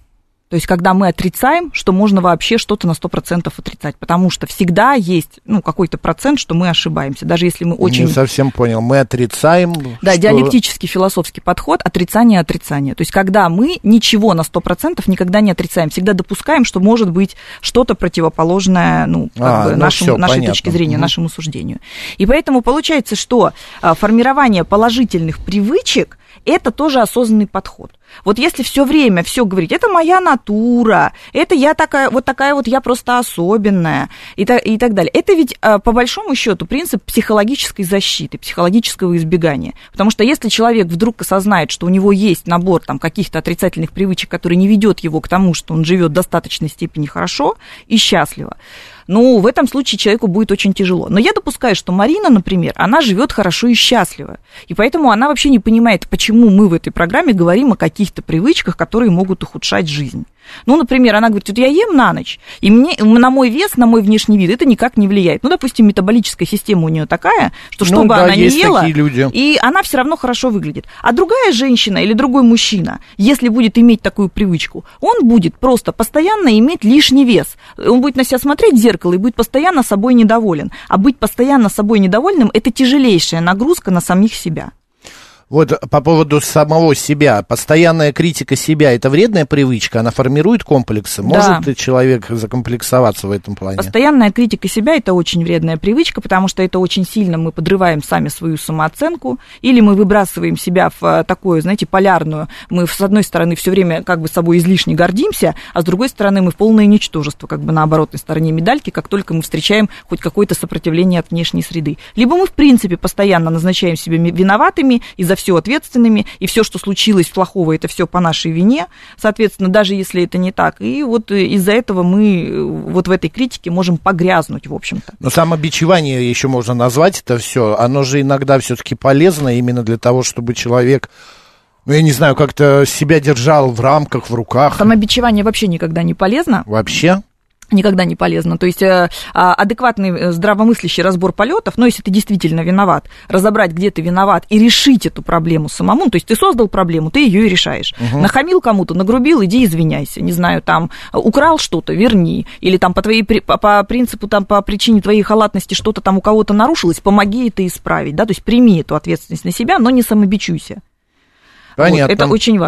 То есть, когда мы отрицаем, что можно вообще что-то на сто процентов отрицать, потому что всегда есть, ну, какой-то процент, что мы ошибаемся, даже если мы очень... Не совсем понял, мы отрицаем... Да, что... диалектический философский подход отрицание-отрицание. То есть, когда мы ничего на сто процентов никогда не отрицаем, всегда допускаем, что может быть что-то противоположное, ну, как а, бы ну нашему, всё, нашей понятно. Точке зрения, угу. нашему суждению. И поэтому получается, что формирование положительных привычек это тоже осознанный подход. Вот если все время все говорить, это моя натура, это я такая, вот такая вот я просто особенная и, та, и так далее. Это ведь по большому счету принцип психологической защиты, психологического избегания. Потому что если человек вдруг осознает, что у него есть набор там, каких-то отрицательных привычек, который не ведет его к тому, что он живет в достаточной степени хорошо и счастливо, ну, в этом случае человеку будет очень тяжело. Но я допускаю, что Марина, например, она живет хорошо и счастливо. И поэтому она вообще не понимает, почему мы в этой программе говорим о каких-то привычках, которые могут ухудшать жизнь. Ну, например, она говорит, вот я ем на ночь, и мне, на мой вес, на мой внешний вид это никак не влияет. Ну, допустим, метаболическая система у нее такая, что что ну, бы да, она ни ела, и она все равно хорошо выглядит. А другая женщина или другой мужчина, если будет иметь такую привычку, он будет просто постоянно иметь лишний вес. Он будет на себя смотреть в зеркало и будет постоянно собой недоволен. А быть постоянно собой недовольным – это тяжелейшая нагрузка на самих себя. Вот по поводу самого себя, постоянная критика себя, это вредная привычка, она формирует комплексы? Может да. человек закомплексоваться в этом плане? Постоянная критика себя – это очень вредная привычка, потому что это очень сильно мы подрываем сами свою самооценку, или мы выбрасываем себя в такую, знаете, полярную, мы с одной стороны все время как бы собой излишне гордимся, а с другой стороны мы в полное ничтожество, как бы на оборотной стороне медальки, как только мы встречаем хоть какое-то сопротивление от внешней среды. Либо мы, в принципе, постоянно назначаем себя виноватыми и за все ответственными, и все, что случилось плохого, это все по нашей вине, соответственно, даже если это не так. И вот из-за этого мы вот в этой критике можем погрязнуть, в общем-то. Но самобичевание еще можно назвать это все, оно же иногда все-таки полезно именно для того, чтобы человек, ну, я не знаю, как-то себя держал в рамках, в руках. Самобичевание вообще никогда не полезно. Вообще? Никогда не полезно. То есть э, адекватный здравомыслящий разбор полетов, но если ты действительно виноват, разобрать, где ты виноват, и решить эту проблему самому. То есть ты создал проблему, ты ее и решаешь. Угу. Нахамил кому-то, нагрубил, иди извиняйся. Не знаю, там, украл что-то, верни. Или там по, твоей, по, по принципу, там, по причине твоей халатности что-то там у кого-то нарушилось, помоги это исправить. Да? То есть прими эту ответственность на себя, но не самобичуйся. Понятно. Вот, это очень важно.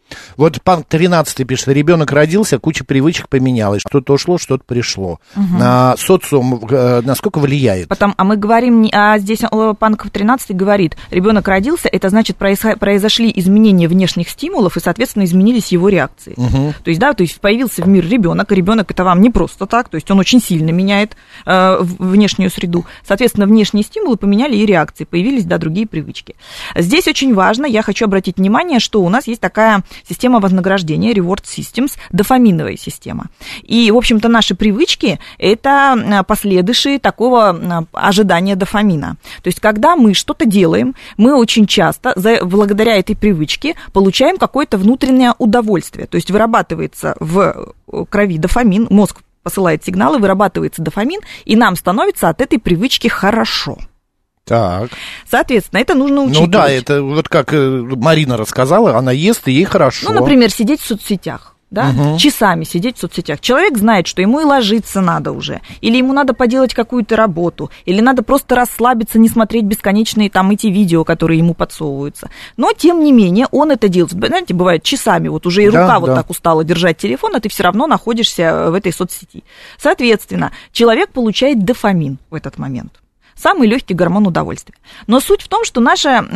Вот Панк тринадцатый пишет, ребенок родился, куча привычек поменялась, что-то ушло, что-то пришло. Угу. А социум а, насколько влияет? Потом, а мы говорим, а здесь Панк тринадцатый говорит, ребенок родился, это значит произошли изменения внешних стимулов и, соответственно, изменились его реакции. Угу. То есть, да, то есть появился в мир ребенок, и ребенок это вам не просто так, то есть он очень сильно меняет э, внешнюю среду. Соответственно, внешние стимулы поменяли и реакции, появились, да, другие привычки. Здесь очень важно, я хочу обратить внимание, что у нас есть такая система вознаграждения, reward systems, дофаминовая система. И, в общем-то, наши привычки – это последующие такого ожидания дофамина. То есть, когда мы что-то делаем, мы очень часто, благодаря этой привычке, получаем какое-то внутреннее удовольствие. То есть, вырабатывается в крови дофамин, мозг посылает сигналы, вырабатывается дофамин, и нам становится от этой привычки хорошо. Так. Соответственно, это нужно учитывать. Ну да, это вот как Марина рассказала, она ест, и ей хорошо. Ну, например, сидеть в соцсетях, да, угу. часами сидеть в соцсетях. Человек знает, что ему и ложиться надо уже, или ему надо поделать какую-то работу, или надо просто расслабиться, не смотреть бесконечные там эти видео, которые ему подсовываются. Но, тем не менее, он это делает. Знаете, бывает часами, вот уже и рука да, вот да. так устала держать телефон, а ты все равно находишься в этой соцсети. Соответственно, человек получает дофамин в этот момент. Самый легкий гормон удовольствия. Но суть в том, что наш э,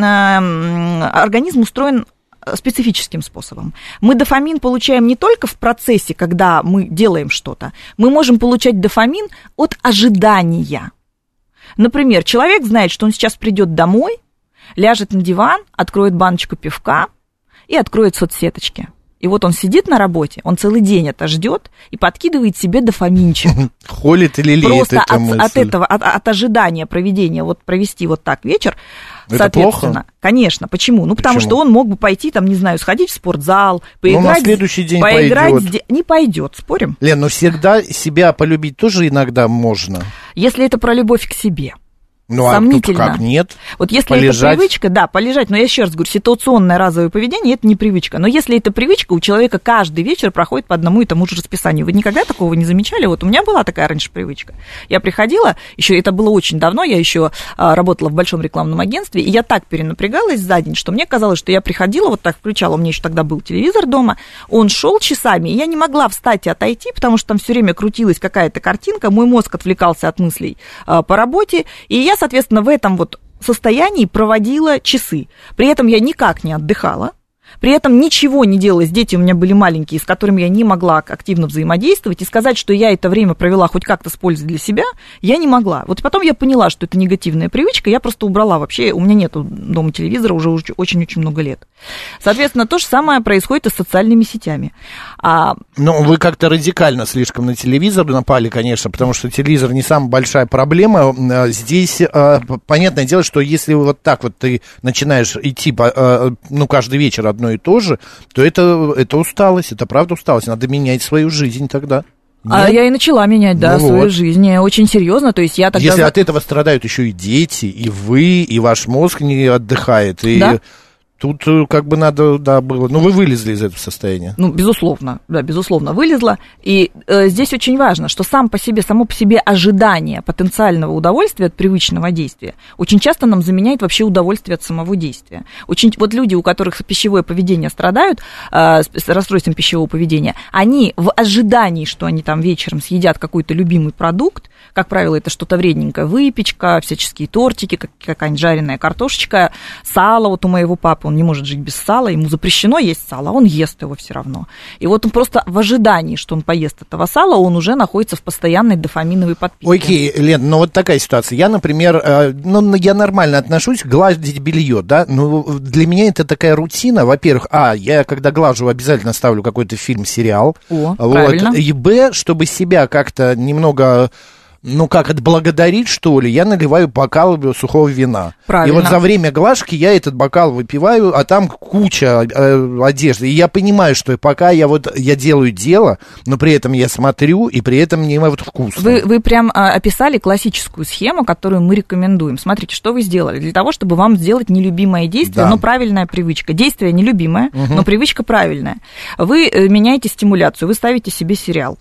организм устроен специфическим способом. Мы дофамин получаем не только в процессе, когда мы делаем что-то. Мы можем получать дофамин от ожидания. Например, человек знает, что он сейчас придет домой, ляжет на диван, откроет баночку пивка и откроет соцсеточки. И вот он сидит на работе, он целый день это ждет и подкидывает себе дофаминчик. Холит или леет Просто эта от, мысль. от этого, от, от ожидания проведения, вот провести вот так вечер, это соответственно, плохо? Конечно. Почему? Ну, потому Почему? что он мог бы пойти, там, не знаю, сходить в спортзал, поиграть. Ну, на следующий день поиграть пойдет. С... Не пойдет, спорим? Лен, но всегда себя полюбить тоже иногда можно. Если это про любовь к себе. Ну, сомнительно. А тут как нет? Вот если полежать. Это привычка, да, полежать, но я еще раз говорю, ситуационное разовое поведение – это не привычка. Но если это привычка, у человека каждый вечер проходит по одному и тому же расписанию. Вы никогда такого не замечали? Вот у меня была такая раньше привычка. Я приходила, еще это было очень давно, я еще а, работала в большом рекламном агентстве, и я так перенапрягалась за день, что мне казалось, что я приходила, вот так включала, у меня еще тогда был телевизор дома, он шел часами, и я не могла встать и отойти, потому что там все время крутилась какая-то картинка, мой мозг отвлекался от мыслей а, по работе, и я, соответственно, в этом вот состоянии проводила часы. При этом я никак не отдыхала, при этом ничего не делалось. Дети у меня были маленькие, с которыми я не могла активно взаимодействовать, и сказать, что я это время провела хоть как-то с пользой для себя, я не могла. Вот потом я поняла, что это негативная привычка, я просто убрала вообще, у меня нет дома телевизора уже очень-очень много лет. Соответственно, то же самое происходит и с социальными сетями. А... Ну, вы как-то радикально слишком на телевизор напали, конечно, потому что телевизор не самая большая проблема. Здесь, понятное дело, что если вот так вот ты начинаешь идти, ну, каждый вечер одно и то же, то это, это усталость, это правда усталость. Надо менять свою жизнь тогда. Нет? А я и начала менять, да, ну свою вот. жизнь. Очень серьезно. То есть я тогда... Если от этого страдают еще и дети, и вы, и ваш мозг не отдыхает, и... Да? Тут как бы надо, да, было... Ну, вы вылезли из этого состояния. Ну, безусловно, да, безусловно, вылезла. И э, здесь очень важно, что сам по себе, само по себе ожидание потенциального удовольствия от привычного действия очень часто нам заменяет вообще удовольствие от самого действия. Очень, вот люди, у которых пищевое поведение страдают, э, с расстройством пищевого поведения, они в ожидании, что они там вечером съедят какой-то любимый продукт, как правило, это что-то вредненькое, выпечка, всяческие тортики, как, какая-нибудь жареная картошечка, сало, вот у моего папы, он не может жить без сала, ему запрещено есть сало, он ест его все равно. И вот он просто в ожидании, что он поест этого сала, он уже находится в постоянной дофаминовой подпитке. Окей, Лен, ну вот такая ситуация. Я, например, ну, я нормально отношусь, гладить белье, да, ну, для меня это такая рутина. Во-первых, а, я когда глажу, обязательно ставлю какой-то фильм, сериал. О, вот. правильно. И, б, чтобы себя как-то немного... Ну, как отблагодарить, что ли, я наливаю бокал сухого вина. Правильно. И вот за время глажки я этот бокал выпиваю, а там куча э, одежды. И я понимаю, что пока я вот, я делаю дело, но при этом я смотрю, и при этом мне вот вкусно. Вы, вы прям а, описали классическую схему, которую мы рекомендуем. Смотрите, что вы сделали. Для того, чтобы вам сделать нелюбимое действие, да. но правильная привычка. Действие нелюбимое, угу. но привычка правильная. Вы меняете стимуляцию, вы ставите себе сериал.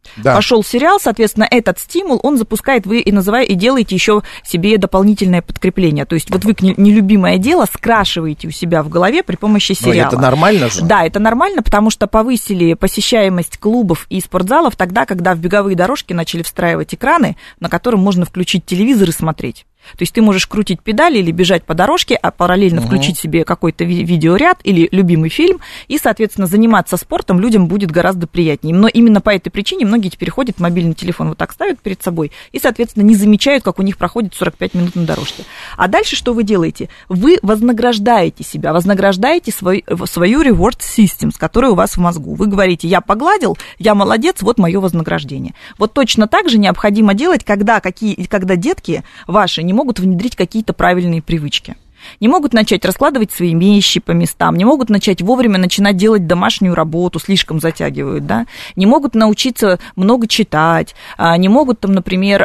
Да. Пошел сериал, соответственно, этот стимул, он запускает, вы и называете, и делаете еще себе дополнительное подкрепление. То есть вот вы нелюбимое дело скрашиваете у себя в голове при помощи сериала. Но это нормально же? Да, это нормально, потому что повысили посещаемость клубов и спортзалов тогда, когда в беговые дорожки начали встраивать экраны, на котором можно включить телевизор и смотреть. То есть ты можешь крутить педали или бежать по дорожке, а параллельно угу. включить себе какой-то ви- видеоряд или любимый фильм, и, соответственно, заниматься спортом людям будет гораздо приятнее. Но именно по этой причине многие теперь ходят в мобильный телефон, вот так ставят перед собой, и, соответственно, не замечают, как у них проходит сорок пять минут на дорожке. А дальше что вы делаете? Вы вознаграждаете себя, вознаграждаете свой, свою reward system, которая у вас в мозгу. Вы говорите, я погладил, я молодец, вот мое вознаграждение. Вот точно так же необходимо делать, когда, какие, когда детки ваши не могут внедрить какие-то правильные привычки. Не могут начать раскладывать свои вещи по местам, не могут начать вовремя начинать делать домашнюю работу, слишком затягивают, да, не могут научиться много читать, не могут, там, например,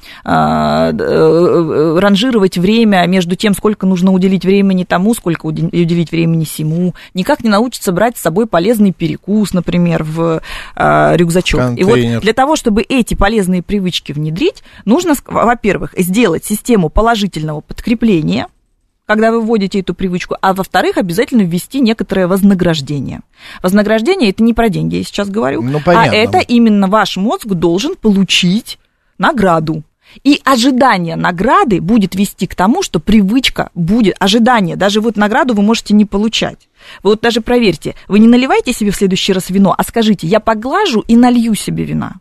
ранжировать время между тем, сколько нужно уделить времени тому, сколько уделить времени сему, никак не научатся брать с собой полезный перекус, например, в рюкзачок. Контейнер. И вот для того, чтобы эти полезные привычки внедрить, нужно, во-первых, сделать систему положительного подкрепления, когда вы вводите эту привычку, а во-вторых, обязательно ввести некоторое вознаграждение. Вознаграждение – это не про деньги, я сейчас говорю, ну, а это именно ваш мозг должен получить награду. И ожидание награды будет вести к тому, что привычка будет, ожидание, даже вот награду вы можете не получать. Вы вот даже проверьте, вы не наливайте себе в следующий раз вино, а скажите, я поглажу и налью себе вина.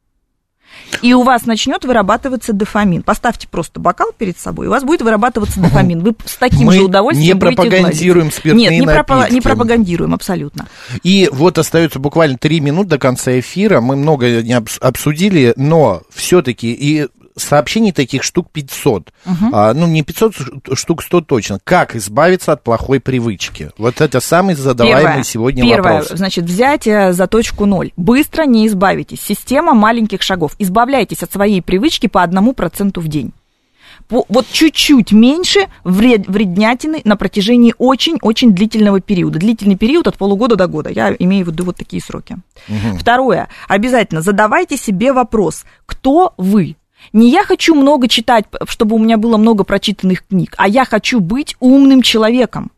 И у вас начнет вырабатываться дофамин. Поставьте просто бокал перед собой, и у вас будет вырабатываться дофамин. Вы с таким Мы же удовольствием будете гладить. Мы не пропагандируем спиртные Нет, не, напитки. Пропа- не пропагандируем, абсолютно. И вот остается буквально три минуты до конца эфира. Мы много не обсудили, но все-таки и сообщений таких штук пятьсот. Uh-huh. А, ну, не пятьсот, штук сто точно. Как избавиться от плохой привычки? Вот это самый задаваемый первое, сегодня первое, вопрос. Значит, взять за точку ноль. Быстро не избавитесь. Система маленьких шагов. Избавляйтесь от своей привычки по одному проценту в день. По, вот чуть-чуть меньше вред, вреднятины на протяжении очень-очень длительного периода. Длительный период от полугода до года. Я имею в виду вот такие сроки. Uh-huh. Второе. Обязательно задавайте себе вопрос, кто вы? Не я хочу много читать, чтобы у меня было много прочитанных книг, а я хочу быть умным человеком.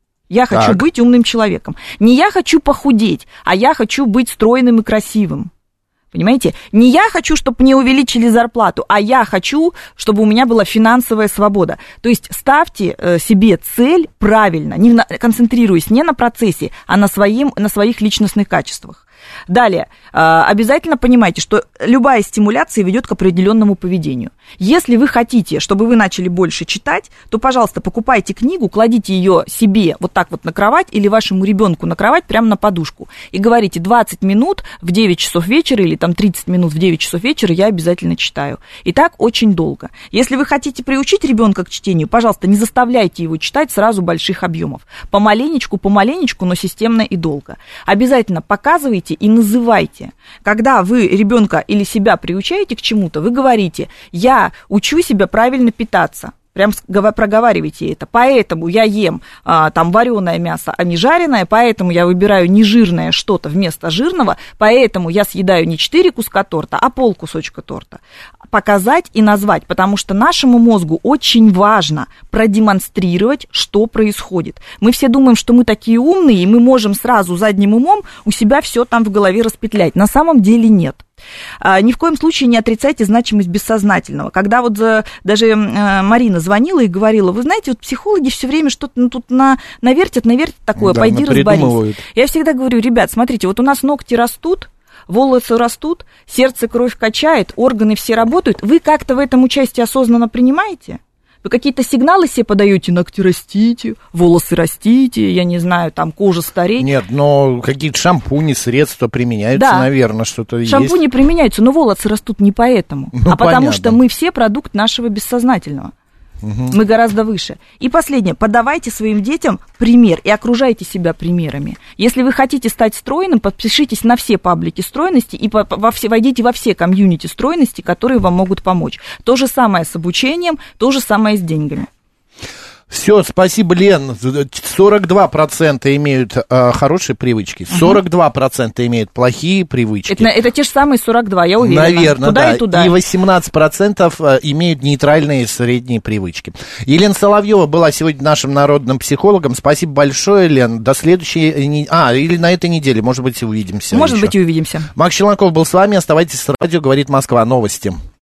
Я хочу так. быть умным человеком. Не я хочу похудеть, а я хочу быть стройным и красивым. Понимаете? Не я хочу, чтобы мне увеличили зарплату, а я хочу, чтобы у меня была финансовая свобода. То есть ставьте себе цель правильно, не на, концентрируясь не на процессе, а на, своим, на своих личностных качествах. Далее, обязательно понимайте, что любая стимуляция ведет к определенному поведению. Если вы хотите, чтобы вы начали больше читать, то, пожалуйста, покупайте книгу, кладите ее себе вот так вот на кровать или вашему ребенку на кровать прямо на подушку и говорите двадцать минут в девять часов вечера или там тридцать минут в девять часов вечера я обязательно читаю. И так очень долго. Если вы хотите приучить ребенка к чтению, пожалуйста, не заставляйте его читать сразу больших объемов. Помаленечку, помаленечку, но системно и долго. Обязательно показывайте и называйте. Когда вы ребенка или себя приучаете к чему-то, вы говорите, я учу себя правильно питаться. Прям проговаривайте это. Поэтому я ем а, там вареное мясо, а не жареное, поэтому я выбираю нежирное что-то вместо жирного, поэтому я съедаю не четыре куска торта, а пол кусочка торта. Показать и назвать, потому что нашему мозгу очень важно продемонстрировать, что происходит. Мы все думаем, что мы такие умные, и мы можем сразу задним умом у себя все там в голове распетлять. На самом деле нет. Ни в коем случае не отрицайте значимость бессознательного. Когда вот даже Марина звонила и говорила, вы знаете, вот психологи все время что-то ну, тут на, навертят, навертят такое, да, пойди разберись. Я всегда говорю, ребят, смотрите, вот у нас ногти растут, волосы растут, сердце, кровь качает, органы все работают. Вы как-то в этом участие осознанно принимаете? Вы какие-то сигналы себе подаете, ногти растите, волосы растите, я не знаю, там кожа стареет. Нет, но какие-то шампуни, средства применяются, да. Наверное, что-то есть. Шампуни применяются, но волосы растут не поэтому, ну, а понятно. Потому что мы все продукт нашего бессознательного. Угу. Мы гораздо выше. И последнее, подавайте своим детям пример и окружайте себя примерами. Если вы хотите стать стройным, подпишитесь на все паблики стройности и во все, войдите во все комьюнити стройности, которые вам могут помочь. То же самое с обучением, то же самое с деньгами. Все, спасибо, Лен. сорок два процента имеют э, хорошие привычки, сорок два процента имеют плохие привычки. Это, это те же самые сорок два, я уверена. Наверное, туда да. И туда. И восемнадцать процентов имеют нейтральные средние привычки. Елена Соловьева была сегодня нашим народным психологом. Спасибо большое, Лен. До следующей... А, или на этой неделе, может быть, увидимся. Может еще. быть, и увидимся. Макс Челноков был с вами. Оставайтесь с радио «Говорит Москва». Новости.